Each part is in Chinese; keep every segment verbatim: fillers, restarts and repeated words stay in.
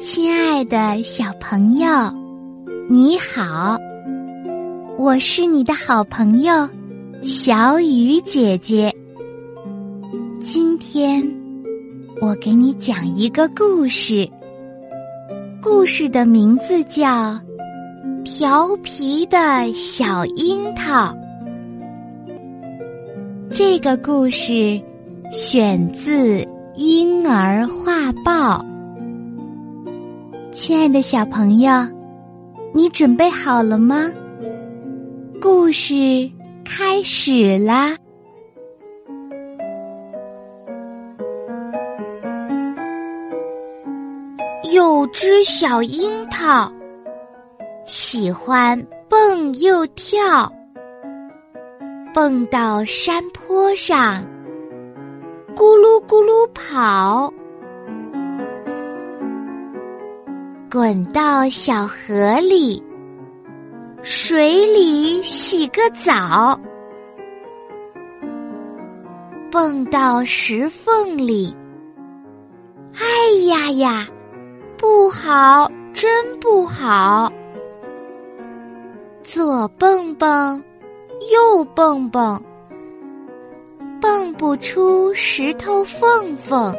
亲爱的小朋友，你好，我是你的好朋友小雨姐姐。今天我给你讲一个故事，故事的名字叫《调皮的小樱桃》。这个故事选自《婴儿画报》。亲爱的小朋友，你准备好了吗？故事开始啦！有只小樱桃，喜欢蹦又跳，蹦到山坡上，咕噜咕噜跑，滚到小河里，水里洗个澡，蹦到石缝里，哎呀呀，不好，真不好！左蹦蹦，右蹦蹦，蹦不出石头缝缝。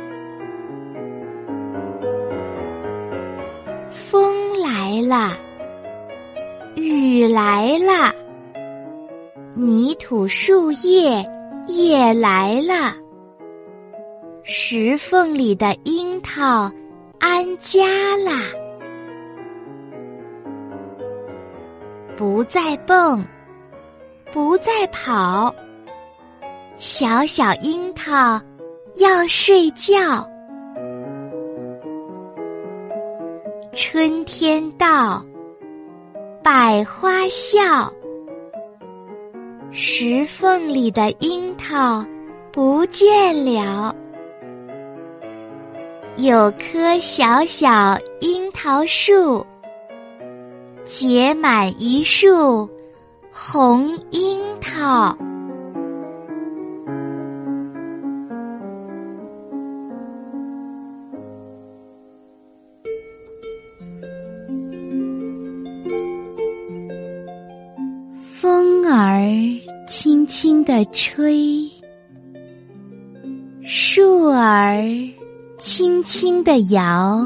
风来了，雨来了，泥土树叶也来了，石缝里的樱桃安家啦。不再蹦，不再跑，小小樱桃要睡觉。春天到，百花笑，石缝里的樱桃不见了。有棵小小樱桃树，结满一树红樱桃。风儿轻轻地吹，树儿轻轻地摇。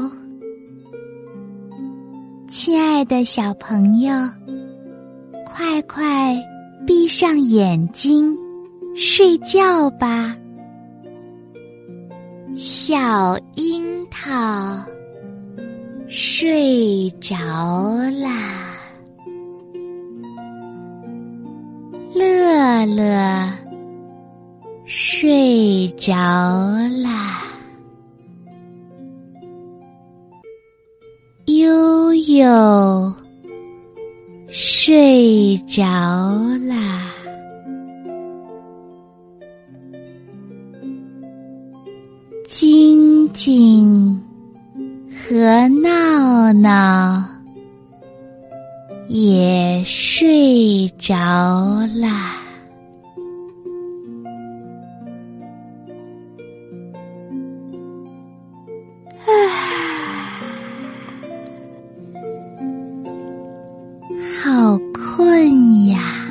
亲爱的小朋友，快快闭上眼睛睡觉吧。小樱桃睡着啦，乐乐睡着啦，悠悠睡着啦，晶晶和闹闹也睡着啦。好困呀，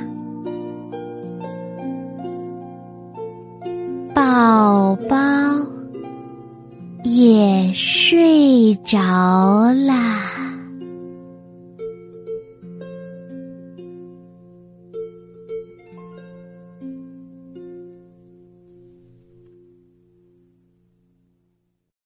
宝宝也睡着啦。